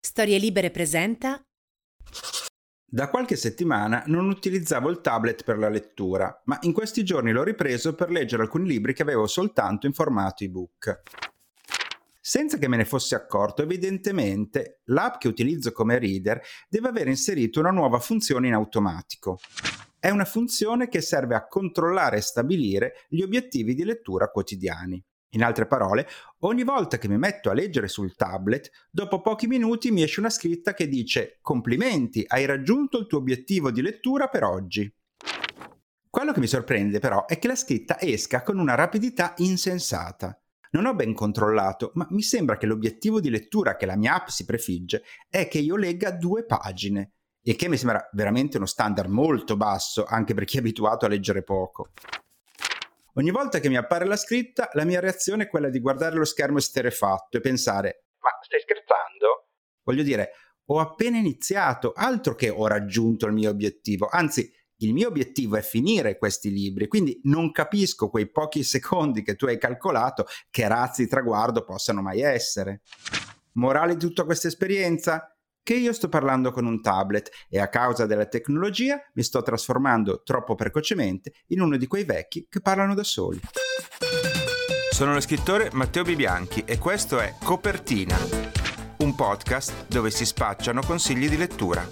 Storie Libere presenta. Da qualche settimana non utilizzavo il tablet per la lettura, ma in questi giorni l'ho ripreso per leggere alcuni libri che avevo soltanto in formato ebook. Senza che me ne fossi accorto, evidentemente l'app che utilizzo come reader deve aver inserito una nuova funzione in automatico. È una funzione che serve a controllare e stabilire gli obiettivi di lettura quotidiani. In altre parole, ogni volta che mi metto a leggere sul tablet, dopo pochi minuti mi esce una scritta che dice «Complimenti, hai raggiunto il tuo obiettivo di lettura per oggi». Quello che mi sorprende però è che la scritta esca con una rapidità insensata. Non ho ben controllato, ma mi sembra che l'obiettivo di lettura che la mia app si prefigge è che io legga 2 pagine, il che mi sembra veramente uno standard molto basso anche per chi è abituato a leggere poco. Ogni volta che mi appare la scritta, la mia reazione è quella di guardare lo schermo esterrefatto e pensare «Ma stai scherzando?» Voglio dire, ho appena iniziato, altro che ho raggiunto il mio obiettivo, anzi, il mio obiettivo è finire questi libri, quindi non capisco quei pochi secondi che tu hai calcolato che razzi di traguardo possano mai essere. Morale di tutta questa esperienza? Che io sto parlando con un tablet e a causa della tecnologia mi sto trasformando troppo precocemente in uno di quei vecchi che parlano da soli. Sono lo scrittore Matteo Bibianchi e questo è Copertina, un podcast dove si spacciano consigli di lettura.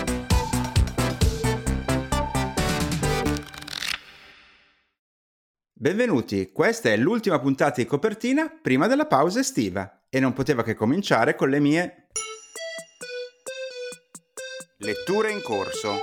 Benvenuti, questa è l'ultima puntata di Copertina prima della pausa estiva e non poteva che cominciare con le mie letture in corso.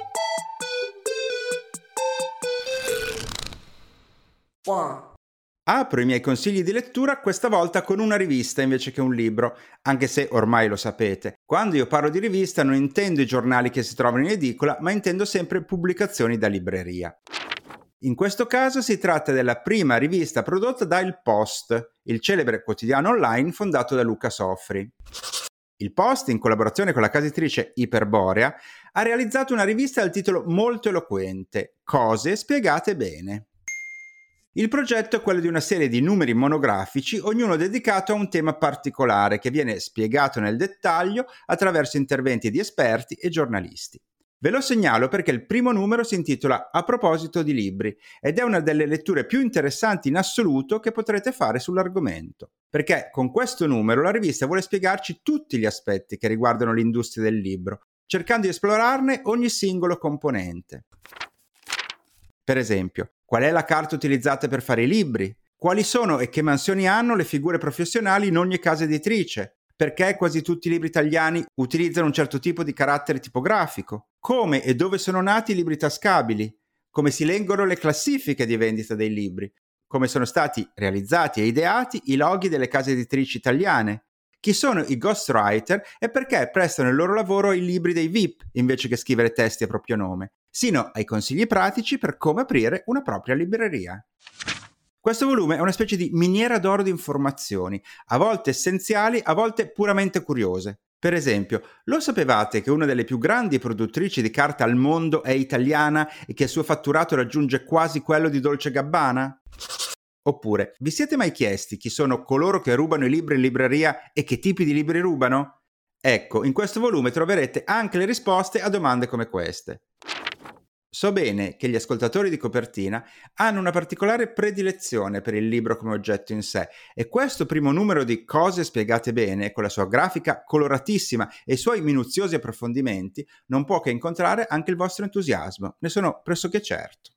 Apro i miei consigli di lettura questa volta con una rivista invece che un libro, anche se ormai lo sapete. Quando io parlo di rivista non intendo i giornali che si trovano in edicola, ma intendo sempre pubblicazioni da libreria. In questo caso si tratta della prima rivista prodotta da Il Post, il celebre quotidiano online fondato da Luca Soffri. Il Post, in collaborazione con la casa editrice Iperborea, ha realizzato una rivista dal titolo molto eloquente, Cose spiegate bene. Il progetto è quello di una serie di numeri monografici, ognuno dedicato a un tema particolare che viene spiegato nel dettaglio attraverso interventi di esperti e giornalisti. Ve lo segnalo perché il primo numero si intitola A proposito di libri ed è una delle letture più interessanti in assoluto che potrete fare sull'argomento, perché con questo numero la rivista vuole spiegarci tutti gli aspetti che riguardano l'industria del libro, cercando di esplorarne ogni singolo componente. Per esempio, qual è la carta utilizzata per fare i libri? Quali sono e che mansioni hanno le figure professionali in ogni casa editrice? Perché quasi tutti i libri italiani utilizzano un certo tipo di carattere tipografico? Come e dove sono nati i libri tascabili? Come si leggono le classifiche di vendita dei libri? Come sono stati realizzati e ideati i loghi delle case editrici italiane? Chi sono i ghostwriter e perché prestano il loro lavoro ai libri dei VIP invece che scrivere testi a proprio nome? Sino ai consigli pratici per come aprire una propria libreria. Questo volume è una specie di miniera d'oro di informazioni, a volte essenziali, a volte puramente curiose. Per esempio, lo sapevate che una delle più grandi produttrici di carta al mondo è italiana e che il suo fatturato raggiunge quasi quello di Dolce & Gabbana? Oppure, vi siete mai chiesti chi sono coloro che rubano i libri in libreria e che tipi di libri rubano? Ecco, in questo volume troverete anche le risposte a domande come queste. So bene che gli ascoltatori di Copertina hanno una particolare predilezione per il libro come oggetto in sé e questo primo numero di Cose spiegate bene, con la sua grafica coloratissima e i suoi minuziosi approfondimenti, non può che incontrare anche il vostro entusiasmo, ne sono pressoché certo.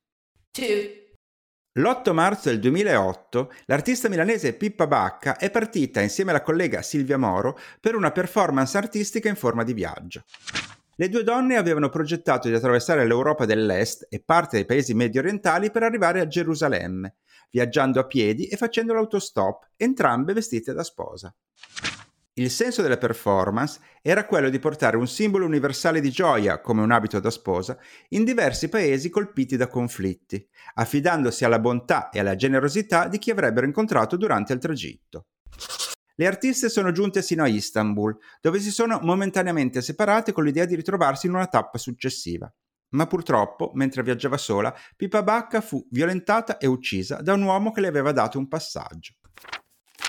L'8 marzo del 2008 l'artista milanese Pippa Bacca è partita insieme alla collega Silvia Moro per una performance artistica in forma di viaggio. Le due donne avevano progettato di attraversare l'Europa dell'Est e parte dei paesi medio-orientali per arrivare a Gerusalemme, viaggiando a piedi e facendo l'autostop, entrambe vestite da sposa. Il senso della performance era quello di portare un simbolo universale di gioia, come un abito da sposa, in diversi paesi colpiti da conflitti, affidandosi alla bontà e alla generosità di chi avrebbero incontrato durante il tragitto. Le artiste sono giunte sino a Istanbul, dove si sono momentaneamente separate con l'idea di ritrovarsi in una tappa successiva. Ma purtroppo, mentre viaggiava sola, Pippa Bacca fu violentata e uccisa da un uomo che le aveva dato un passaggio.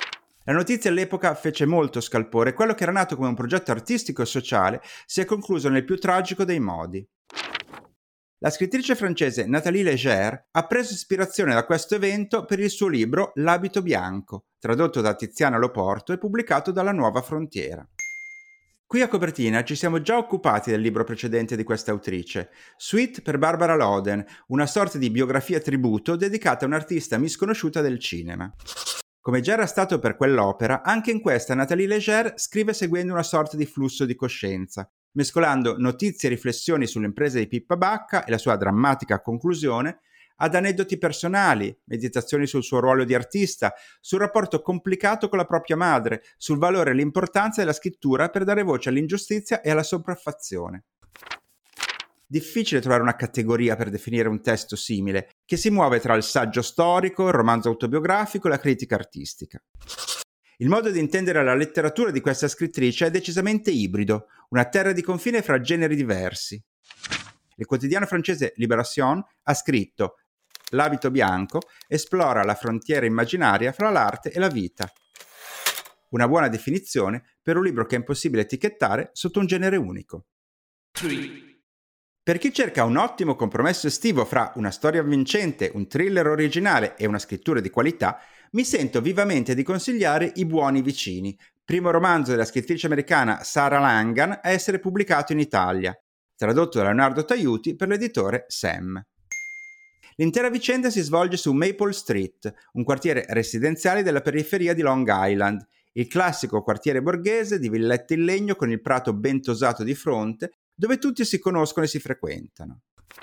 La notizia all'epoca fece molto scalpore e quello che era nato come un progetto artistico e sociale si è concluso nel più tragico dei modi. La scrittrice francese Nathalie Léger ha preso ispirazione da questo evento per il suo libro L'abito bianco, tradotto da Tiziana Loporto e pubblicato dalla Nuova Frontiera. Qui a copertina ci siamo già occupati del libro precedente di questa autrice, Suite per Barbara Loden, una sorta di biografia tributo dedicata a un'artista misconosciuta del cinema. Come già era stato per quell'opera, anche in questa Nathalie Léger scrive seguendo una sorta di flusso di coscienza, mescolando notizie e riflessioni sull'impresa di Pippa Bacca e la sua drammatica conclusione ad aneddoti personali, meditazioni sul suo ruolo di artista, sul rapporto complicato con la propria madre, sul valore e l'importanza della scrittura per dare voce all'ingiustizia e alla sopraffazione. Difficile trovare una categoria per definire un testo simile, che si muove tra il saggio storico, il romanzo autobiografico e la critica artistica. Il modo di intendere la letteratura di questa scrittrice è decisamente ibrido, una terra di confine fra generi diversi. Il quotidiano francese Libération ha scritto: L'abito bianco esplora la frontiera immaginaria fra l'arte e la vita. Una buona definizione per un libro che è impossibile etichettare sotto un genere unico. 3. Per chi cerca un ottimo compromesso estivo fra una storia avvincente, un thriller originale e una scrittura di qualità, mi sento vivamente di consigliare I buoni vicini, primo romanzo della scrittrice americana Sarah Langan a essere pubblicato in Italia, tradotto da Leonardo Taiuti per l'editore Sam. L'intera vicenda si svolge su Maple Street, un quartiere residenziale della periferia di Long Island, il classico quartiere borghese di villette in legno con il prato ben tosato di fronte, dove tutti si conoscono e si frequentano.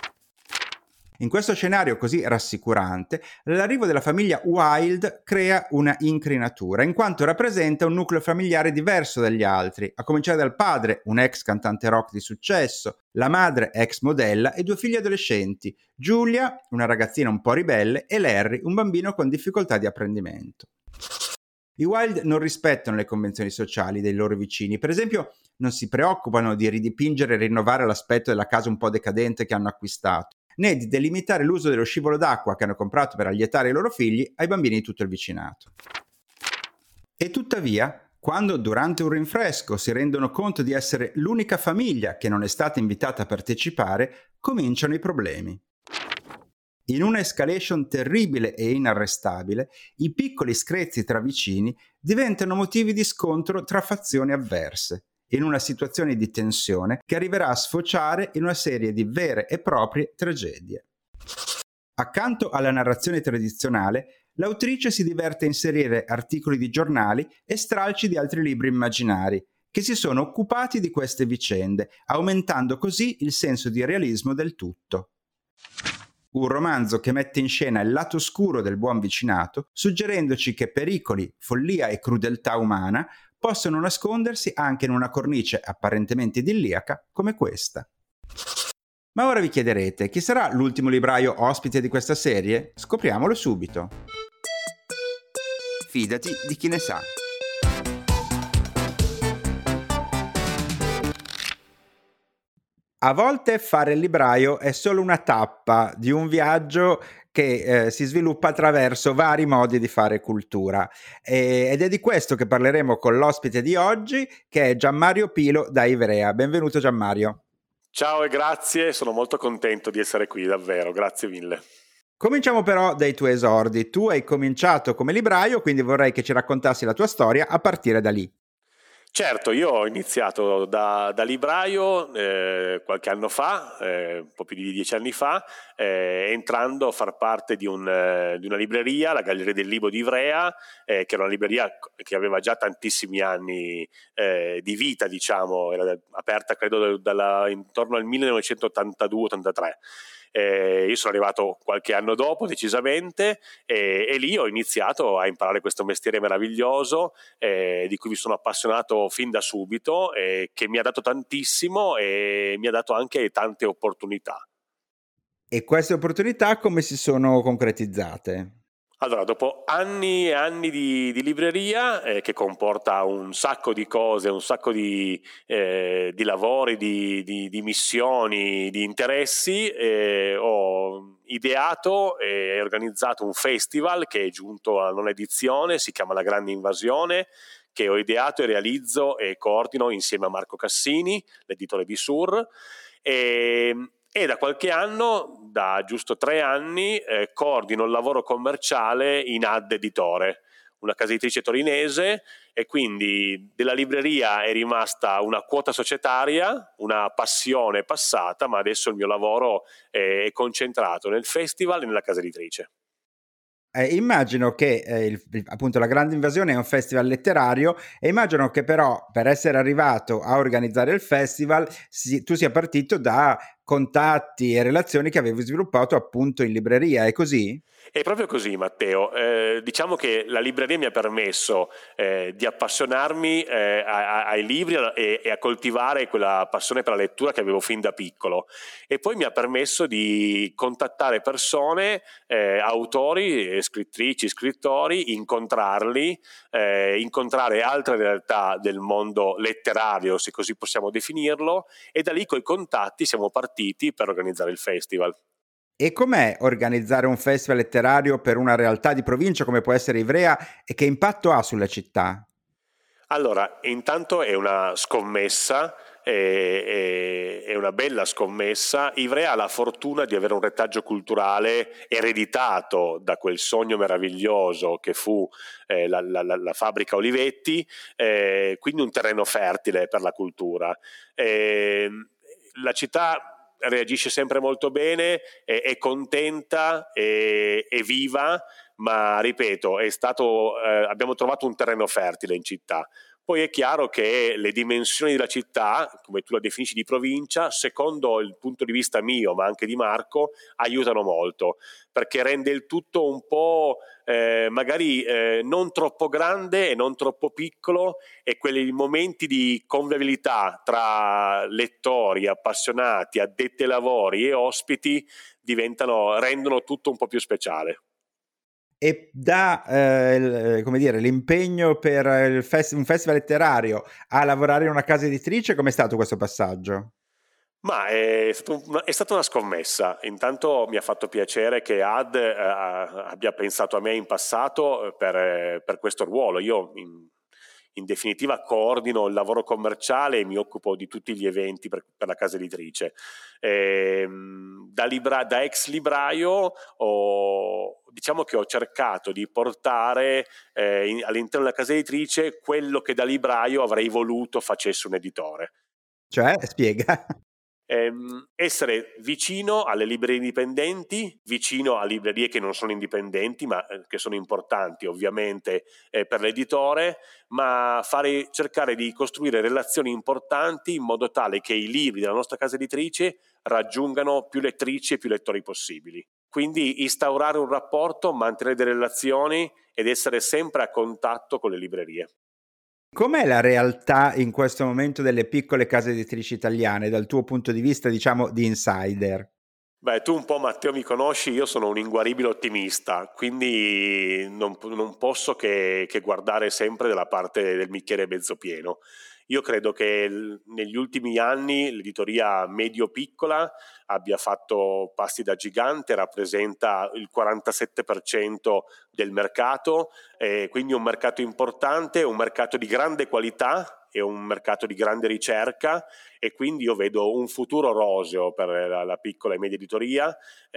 In questo scenario così rassicurante, l'arrivo della famiglia Wilde crea una incrinatura, in quanto rappresenta un nucleo familiare diverso dagli altri, a cominciare dal padre, un ex cantante rock di successo, la madre, ex modella, e 2 figli adolescenti, Julia, una ragazzina un po' ribelle, e Larry, un bambino con difficoltà di apprendimento. I Wilde non rispettano le convenzioni sociali dei loro vicini, per esempio non si preoccupano di ridipingere e rinnovare l'aspetto della casa un po' decadente che hanno acquistato, né di delimitare l'uso dello scivolo d'acqua che hanno comprato per allietare i loro figli ai bambini di tutto il vicinato. E tuttavia, quando durante un rinfresco si rendono conto di essere l'unica famiglia che non è stata invitata a partecipare, cominciano i problemi. In una escalation terribile e inarrestabile, i piccoli screzi tra vicini diventano motivi di scontro tra fazioni avverse, in una situazione di tensione che arriverà a sfociare in una serie di vere e proprie tragedie. Accanto alla narrazione tradizionale, l'autrice si diverte a inserire articoli di giornali e stralci di altri libri immaginari, che si sono occupati di queste vicende, aumentando così il senso di realismo del tutto. Un romanzo che mette in scena il lato oscuro del buon vicinato, suggerendoci che pericoli, follia e crudeltà umana possono nascondersi anche in una cornice apparentemente idilliaca come questa. Ma ora vi chiederete, chi sarà l'ultimo libraio ospite di questa serie? Scopriamolo subito. Fidati di chi ne sa. A volte fare il libraio è solo una tappa di un viaggio che si sviluppa attraverso vari modi di fare cultura ed è di questo che parleremo con l'ospite di oggi, che è Gianmario Pilo da Ivrea. Benvenuto Gianmario. Ciao e grazie, sono molto contento di essere qui, davvero, grazie mille. Cominciamo però dai tuoi esordi. Tu hai cominciato come libraio, quindi vorrei che ci raccontassi la tua storia a partire da lì. Certo, io ho iniziato da libraio qualche anno fa, un po' più di 10 anni fa, entrando a far parte di una libreria, la Galleria del Libro di Ivrea, che era una libreria che aveva già tantissimi anni di vita, diciamo, era aperta credo intorno al 1982-83. Io sono arrivato qualche anno dopo decisamente e lì ho iniziato a imparare questo mestiere meraviglioso di cui mi sono appassionato fin da subito che mi ha dato tantissimo e mi ha dato anche tante opportunità. E queste opportunità come si sono concretizzate? Allora, dopo anni e anni di libreria, che comporta un sacco di cose, un sacco di lavori, di missioni, di interessi, ho ideato e organizzato un festival che è giunto alla 9ª edizione, si chiama La Grande Invasione, che ho ideato e realizzo e coordino insieme a Marco Cassini, l'editore di Sur, e da qualche anno, da giusto 3 anni, coordino il lavoro commerciale in AD Editore, una casa editrice torinese, e quindi della libreria è rimasta una quota societaria, una passione passata, ma adesso il mio lavoro è concentrato nel festival e nella casa editrice. Immagino che appunto La Grande Invasione è un festival letterario, e immagino che però per essere arrivato a organizzare il festival tu sia partito da contatti e relazioni che avevi sviluppato appunto in libreria, è così? È proprio così, Matteo. Diciamo che la libreria mi ha permesso di appassionarmi ai libri e a coltivare quella passione per la lettura che avevo fin da piccolo, e poi mi ha permesso di contattare persone, autori, scrittrici, scrittori, incontrarli, incontrare altre realtà del mondo letterario, se così possiamo definirlo, e da lì coi contatti siamo partiti per organizzare il festival. E com'è organizzare un festival letterario per una realtà di provincia come può essere Ivrea, e che impatto ha sulla città? Allora, intanto è una scommessa, è una bella scommessa. Ivrea ha la fortuna di avere un retaggio culturale ereditato da quel sogno meraviglioso che fu la fabbrica Olivetti, quindi un terreno fertile per la cultura. La città reagisce sempre molto bene, è contenta, è viva, ma ripeto, abbiamo trovato un terreno fertile in città. Poi è chiaro che le dimensioni della città, come tu la definisci di provincia, secondo il punto di vista mio, ma anche di Marco, aiutano molto, perché rende il tutto un po' magari non troppo grande e non troppo piccolo, e quei momenti di convivialità tra lettori, appassionati, addetti ai lavori e ospiti rendono tutto un po' più speciale. E da come dire, l'impegno per un festival letterario a lavorare in una casa editrice, com'è stato questo passaggio? Ma è stata una scommessa. Intanto mi ha fatto piacere che AD abbia pensato a me in passato per questo ruolo. Io in definitiva coordino il lavoro commerciale e mi occupo di tutti gli eventi per la casa editrice. Da ex libraio diciamo che ho cercato di portare all'interno della casa editrice quello che da libraio avrei voluto facesse un editore. Cioè, spiega. Essere vicino alle librerie indipendenti, vicino a librerie che non sono indipendenti ma che sono importanti ovviamente per l'editore, ma cercare di costruire relazioni importanti in modo tale che i libri della nostra casa editrice raggiungano più lettrici e più lettori possibili. Quindi instaurare un rapporto, mantenere delle relazioni ed essere sempre a contatto con le librerie. Com'è la realtà in questo momento delle piccole case editrici italiane, dal tuo punto di vista, diciamo, di insider? Beh, tu un po', Matteo, mi conosci, io sono un inguaribile ottimista, quindi non posso che guardare sempre dalla parte del bicchiere mezzo pieno. Io credo che negli ultimi anni l'editoria medio-piccola abbia fatto passi da gigante, rappresenta il 47% del mercato, quindi un mercato importante, un mercato di grande qualità e un mercato di grande ricerca, e quindi io vedo un futuro roseo per la piccola e media editoria,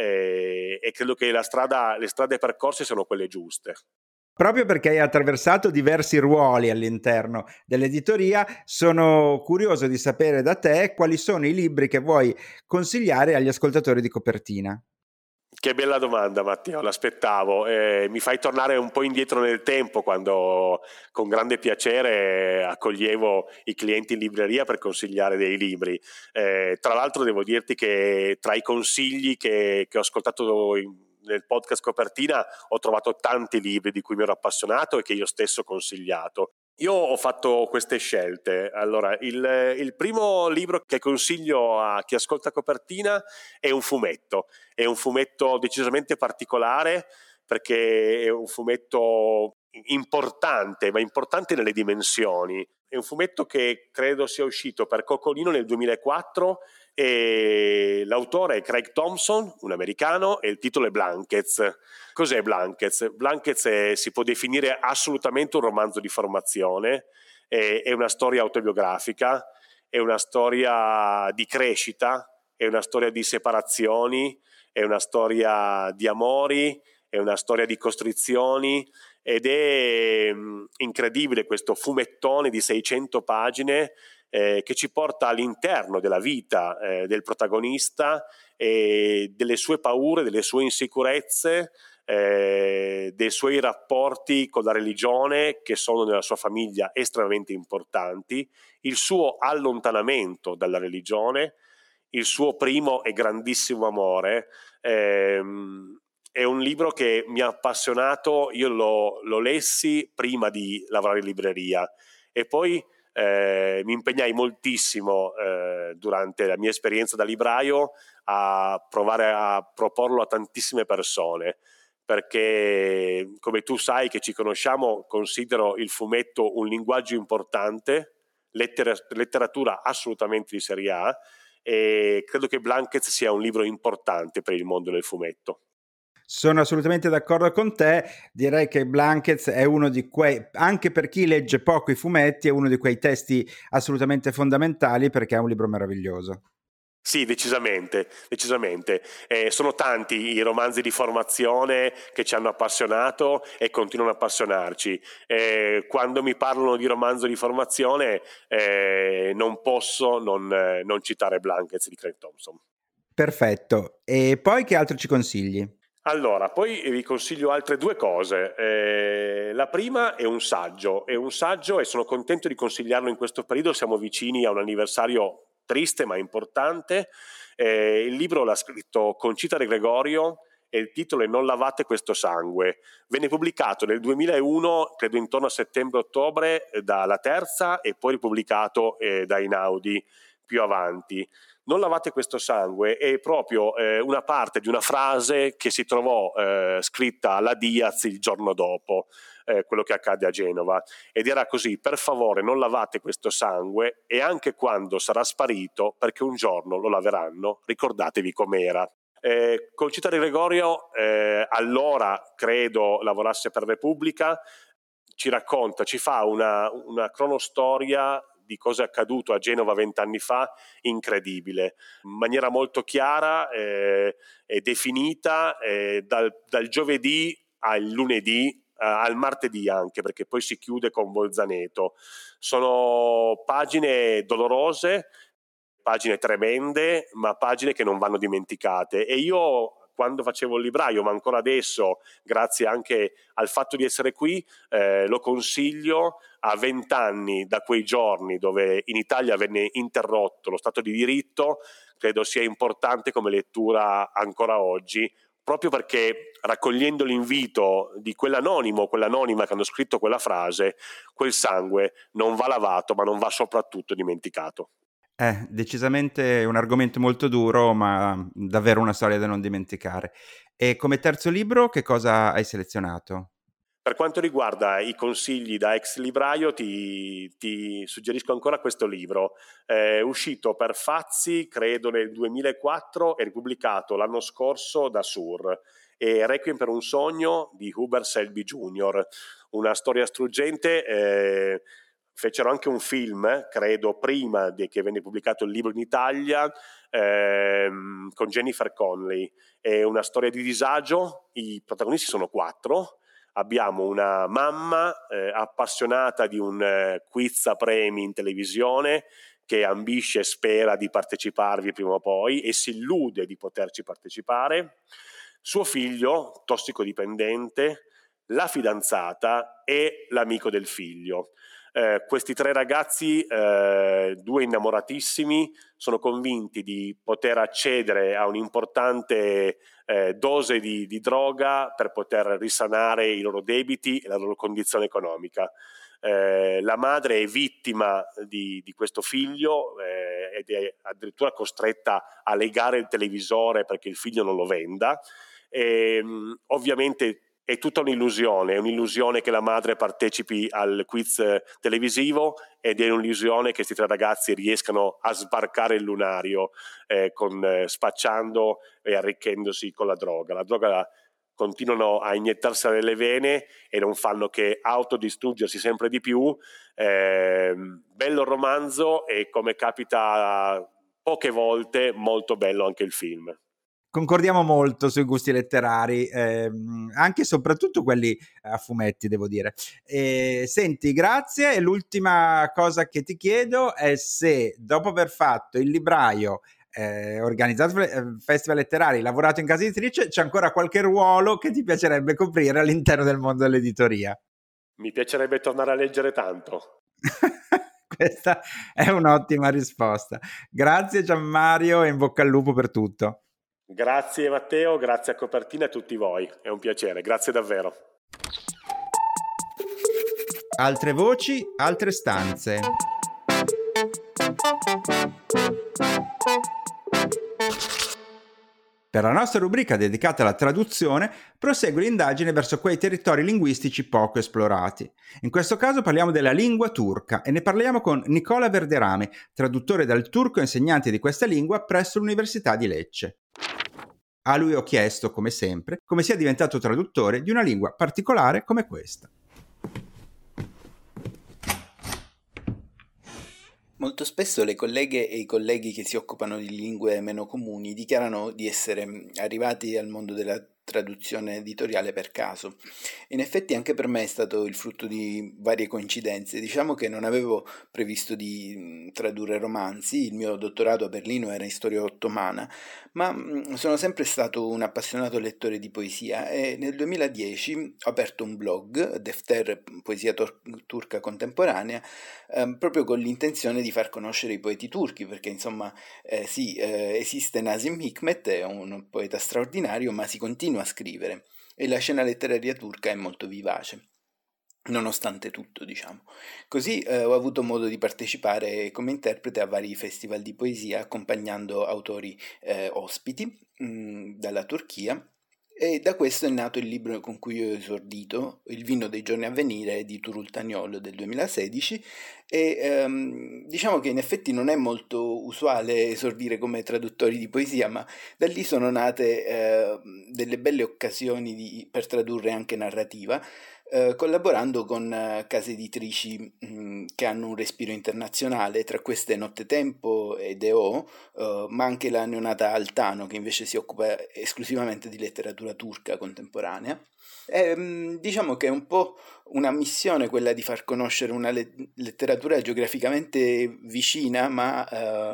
e credo che le strade percorse sono quelle giuste. Proprio perché hai attraversato diversi ruoli all'interno dell'editoria, sono curioso di sapere da te quali sono i libri che vuoi consigliare agli ascoltatori di Copertina. Che bella domanda, Matteo, l'aspettavo. Mi fai tornare un po' indietro nel tempo, quando con grande piacere accoglievo i clienti in libreria per consigliare dei libri. Tra l'altro devo dirti che tra i consigli che ho ascoltato nel podcast Copertina ho trovato tanti libri di cui mi ero appassionato e che io stesso ho consigliato. Io ho fatto queste scelte. Allora, il primo libro che consiglio a chi ascolta Copertina è un fumetto decisamente particolare, perché è un fumetto importante, ma importante nelle dimensioni. È un fumetto che credo sia uscito per Coccolino nel 2004, e l'autore è Craig Thompson, un americano, e il titolo è Blankets. Cos'è Blankets? Blankets si può definire assolutamente un romanzo di formazione, è una storia autobiografica, è una storia di crescita, è una storia di separazioni, è una storia di amori, è una storia di costrizioni, ed è incredibile questo fumettone di 600 pagine che ci porta all'interno della vita del protagonista e delle sue paure, delle sue insicurezze, dei suoi rapporti con la religione, che sono nella sua famiglia estremamente importanti, il suo allontanamento dalla religione, il suo primo e grandissimo amore. È un libro che mi ha appassionato, io lo lessi prima di lavorare in libreria e poi mi impegnai moltissimo durante la mia esperienza da libraio a provare a proporlo a tantissime persone, perché come tu sai che ci conosciamo, considero il fumetto un linguaggio importante, letteratura assolutamente di serie A, e credo che Blankets sia un libro importante per il mondo del fumetto. Sono assolutamente d'accordo con te, direi che Blankets è uno di quei, anche per chi legge poco i fumetti, è uno di quei testi assolutamente fondamentali perché è un libro meraviglioso. Sì, decisamente. Sono tanti i romanzi di formazione che ci hanno appassionato e continuano a appassionarci. Quando mi parlano di romanzo di formazione non posso non citare Blankets di Craig Thompson. Perfetto. E poi che altro ci consigli? Allora, poi vi consiglio altre due cose. La prima è un saggio e sono contento di consigliarlo in questo periodo, siamo vicini a un anniversario triste ma importante. Il libro l'ha scritto Concita De Gregorio e il titolo è Non lavate questo sangue. Venne pubblicato nel 2001, credo intorno a settembre-ottobre, dalla Terza e poi ripubblicato da Einaudi più avanti. Non lavate questo sangue è proprio una parte di una frase che si trovò scritta alla Diaz il giorno dopo quello che accade a Genova, ed era così: per favore non lavate questo sangue e anche quando sarà sparito, perché un giorno lo laveranno, ricordatevi com'era. Concita De Gregorio allora credo lavorasse per Repubblica, ci fa una cronostoria di cosa è accaduto a Genova 20 anni fa, incredibile, in maniera molto chiara e definita, dal giovedì al lunedì, al martedì anche, perché poi si chiude con Bolzaneto. Sono pagine dolorose, pagine tremende, ma pagine che non vanno dimenticate, e io quando facevo il libraio, ma ancora adesso, grazie anche al fatto di essere qui, lo consiglio a 20 anni da quei giorni dove in Italia venne interrotto lo Stato di diritto. Credo sia importante come lettura ancora oggi, proprio perché, raccogliendo l'invito di quell'anonimo, quell'anonima che hanno scritto quella frase, quel sangue non va lavato, ma non va soprattutto dimenticato. Decisamente un argomento molto duro, ma davvero una storia da non dimenticare. E come terzo libro che cosa hai selezionato? Per quanto riguarda i consigli da ex libraio, ti suggerisco ancora questo libro. È uscito per Fazzi, credo nel 2004, e ripubblicato l'anno scorso da Sur. È Requiem per un sogno di Hubert Selby Jr., una storia struggente. Fecero anche un film, credo prima che venne pubblicato il libro in Italia, con Jennifer Connelly. È una storia di disagio, i protagonisti sono 4. Abbiamo una mamma appassionata di un quiz a premi in televisione, che ambisce e spera di parteciparvi prima o poi e si illude di poterci partecipare, suo figlio tossicodipendente, la fidanzata e l'amico del figlio. Questi 3 ragazzi, 2 innamoratissimi, sono convinti di poter accedere a un'importante dose di droga per poter risanare i loro debiti e la loro condizione economica. La madre è vittima di questo figlio ed è addirittura costretta a legare il televisore perché il figlio non lo venda. Ovviamente è tutta un'illusione, è un'illusione che la madre partecipi al quiz televisivo ed è un'illusione che questi tre ragazzi riescano a sbarcare il lunario spacciando e arricchendosi con la droga. La droga continuano a iniettarsi nelle vene e non fanno che autodistruggersi sempre di più. Bello romanzo e, come capita poche volte, molto bello anche il film. Concordiamo molto sui gusti letterari, anche e soprattutto quelli a fumetti, devo dire. Senti, grazie. E l'ultima cosa che ti chiedo è se, dopo aver fatto il libraio, organizzato festival letterari, lavorato in casa editrice, c'è ancora qualche ruolo che ti piacerebbe coprire all'interno del mondo dell'editoria. Mi piacerebbe tornare a leggere tanto. Questa è un'ottima risposta. Grazie Gianmario e in bocca al lupo per tutto. Grazie Matteo, grazie a Copertina e a tutti voi, è un piacere, grazie davvero. Altre voci, altre stanze. Per la nostra rubrica dedicata alla traduzione, prosegue l'indagine verso quei territori linguistici poco esplorati. In questo caso parliamo della lingua turca e ne parliamo con Nicola Verderame, traduttore dal turco e insegnante di questa lingua presso l'Università di Lecce. A lui ho chiesto, come sempre, come sia diventato traduttore di una lingua particolare come questa. Molto spesso le colleghe e i colleghi che si occupano di lingue meno comuni dichiarano di essere arrivati al mondo della traduzione editoriale per caso. In effetti anche per me è stato il frutto di varie coincidenze. Diciamo che non avevo previsto di tradurre romanzi, il mio dottorato a Berlino era in storia ottomana, ma sono sempre stato un appassionato lettore di poesia e nel 2010 ho aperto un blog, Defter Poesia Turca Contemporanea, proprio con l'intenzione di far conoscere i poeti turchi, perché insomma esiste Nazım Hikmet, è un poeta straordinario, ma si continua a scrivere e la scena letteraria turca è molto vivace, nonostante tutto, diciamo. Così ho avuto modo di partecipare come interprete a vari festival di poesia accompagnando autori ospiti dalla Turchia, e da questo è nato il libro con cui ho esordito, Il vino dei giorni a venire di Turul Tagnol del 2016, e diciamo che in effetti non è molto usuale esordire come traduttori di poesia, ma da lì sono nate delle belle occasioni per tradurre anche narrativa, collaborando con case editrici che hanno un respiro internazionale, tra queste Nottetempo ed EO, ma anche la neonata Altano, che invece si occupa esclusivamente di letteratura turca contemporanea. Diciamo che è un po' una missione quella di far conoscere una letteratura geograficamente vicina, ma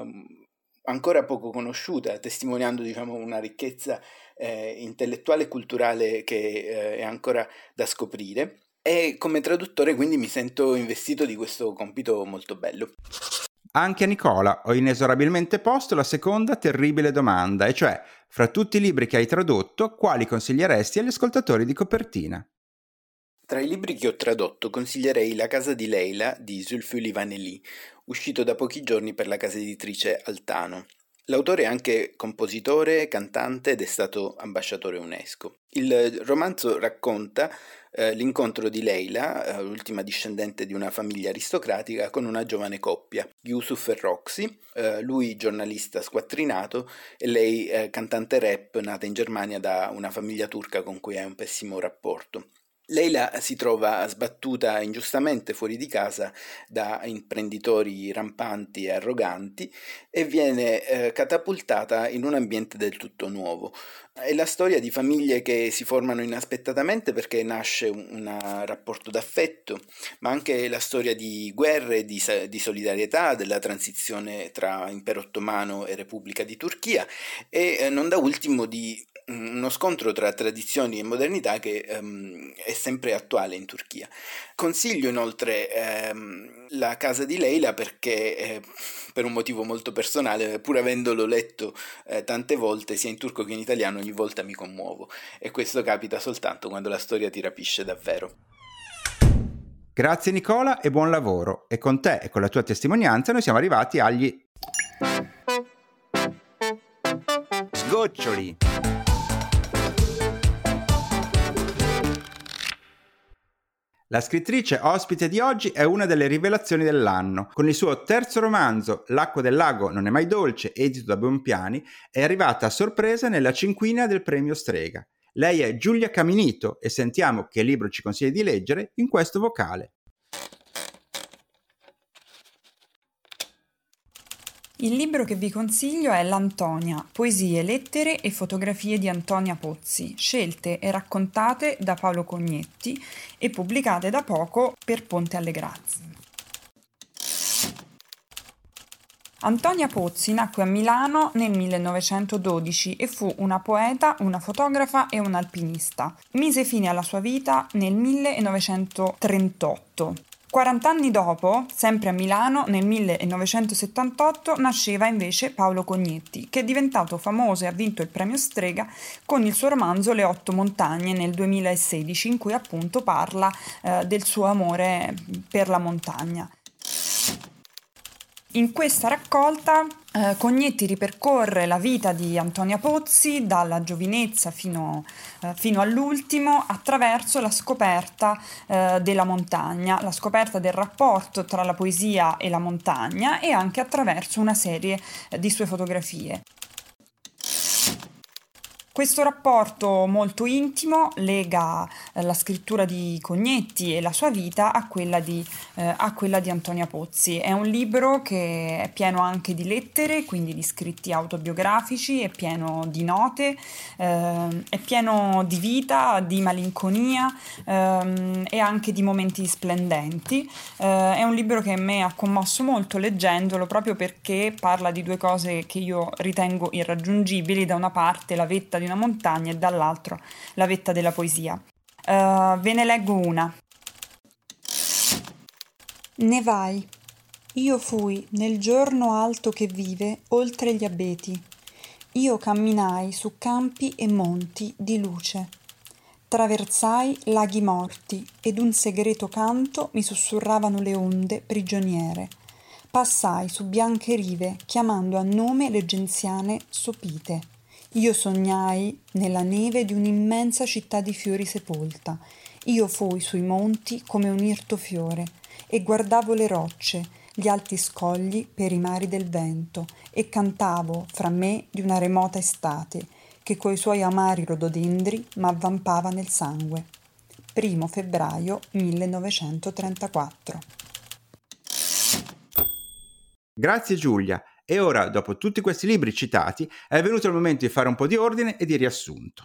ancora poco conosciuta, testimoniando, diciamo, una ricchezza intellettuale e culturale che è ancora da scoprire, e come traduttore quindi mi sento investito di questo compito molto bello. Anche a Nicola ho inesorabilmente posto la seconda terribile domanda, e cioè, fra tutti i libri che hai tradotto, quali consiglieresti agli ascoltatori di Copertina? Tra i libri che ho tradotto consiglierei La casa di Leila di Zülfü Livaneli, uscito da pochi giorni per la casa editrice Altano. L'autore è anche compositore, cantante ed è stato ambasciatore UNESCO. Il romanzo racconta l'incontro di Leila, l'ultima discendente di una famiglia aristocratica, con una giovane coppia, Yusuf e Roxy, lui giornalista squattrinato e lei cantante rap nata in Germania da una famiglia turca con cui ha un pessimo rapporto. Leila si trova sbattuta ingiustamente fuori di casa da imprenditori rampanti e arroganti e viene catapultata in un ambiente del tutto nuovo. È la storia di famiglie che si formano inaspettatamente perché nasce un rapporto d'affetto, ma anche la storia di guerre, di solidarietà, della transizione tra Impero Ottomano e Repubblica di Turchia e non da ultimo di uno scontro tra tradizioni e modernità che è sempre attuale in Turchia. Consiglio inoltre La casa di Leila perché per un motivo molto personale, pur avendolo letto tante volte sia in turco che in italiano, ogni volta mi commuovo, e questo capita soltanto quando la storia ti rapisce davvero. Grazie Nicola e buon lavoro, e con te e con la tua testimonianza noi siamo arrivati agli sgoccioli. La scrittrice ospite di oggi è una delle rivelazioni dell'anno. Con il suo terzo romanzo, L'acqua del lago non è mai dolce, edito da Bonpiani, è arrivata a sorpresa nella cinquina del premio Strega. Lei è Giulia Caminito e sentiamo che libro ci consiglia di leggere in questo vocale. Il libro che vi consiglio è L'Antonia, poesie, lettere e fotografie di Antonia Pozzi, scelte e raccontate da Paolo Cognetti e pubblicate da poco per Ponte alle Grazie. Antonia Pozzi nacque a Milano nel 1912 e fu una poeta, una fotografa e un'alpinista. Mise fine alla sua vita nel 1938. 40 anni dopo, sempre a Milano, nel 1978, nasceva invece Paolo Cognetti, che è diventato famoso e ha vinto il premio Strega con il suo romanzo Le 8 montagne nel 2016, in cui appunto parla del suo amore per la montagna. In questa raccolta Cognetti ripercorre la vita di Antonia Pozzi dalla giovinezza fino all'ultimo attraverso la scoperta della montagna, la scoperta del rapporto tra la poesia e la montagna e anche attraverso una serie di sue fotografie. Questo rapporto molto intimo lega la scrittura di Cognetti e la sua vita a quella di Antonia Pozzi. È un libro che è pieno anche di lettere, quindi di scritti autobiografici, è pieno di note, è pieno di vita, di malinconia e anche di momenti splendenti. È un libro che a me ha commosso molto leggendolo, proprio perché parla di due cose che io ritengo irraggiungibili: da una parte la vetta di una montagna e dall'altro la vetta della poesia. Ve ne leggo una. Nevai. Io fui nel giorno alto che vive oltre gli abeti. Io camminai su campi e monti di luce. Traversai laghi morti ed un segreto canto mi sussurravano le onde prigioniere. Passai su bianche rive chiamando a nome le genziane sopite. Io sognai nella neve di un'immensa città di fiori sepolta. Io fui sui monti come un irto fiore e guardavo le rocce, gli alti scogli per i mari del vento e cantavo fra me di una remota estate che coi suoi amari rododendri m'avvampava nel sangue. 1 febbraio 1934. Grazie Giulia. E ora, dopo tutti questi libri citati, è venuto il momento di fare un po' di ordine e di riassunto.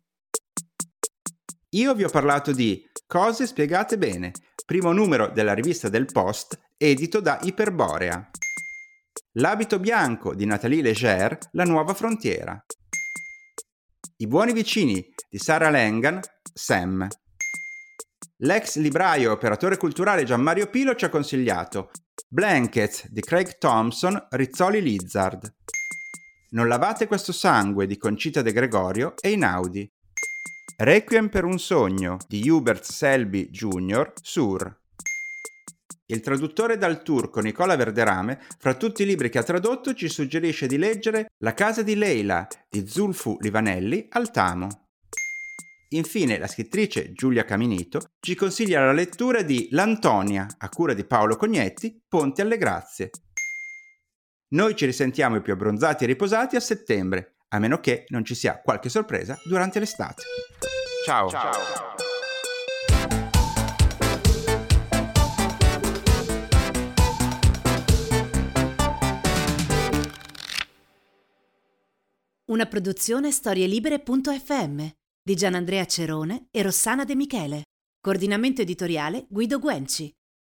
Io vi ho parlato di Cose spiegate bene, primo numero della rivista del Post, edito da Iperborea. L'abito bianco di Nathalie Leger, La nuova frontiera. I buoni vicini di Sara Lengan, Sam. L'ex libraio e operatore culturale Gianmario Pilo ci ha consigliato Blankets di Craig Thompson, Rizzoli Lizard. Non lavate questo sangue di Concita De Gregorio e Einaudi. Requiem per un sogno di Hubert Selby Jr., Sur. Il traduttore dal turco Nicola Verderame, fra tutti i libri che ha tradotto, ci suggerisce di leggere La casa di Leila di Zulfu Livanelli, Altamo. Infine, la scrittrice Giulia Caminito ci consiglia la lettura di L'Antonia, a cura di Paolo Cognetti, Ponte alle Grazie. Noi ci risentiamo i più abbronzati e riposati a settembre, a meno che non ci sia qualche sorpresa durante l'estate. Ciao! Una produzione storielibere.fm di Gianandrea Cerone e Rossana De Michele. Coordinamento editoriale Guido Guenci.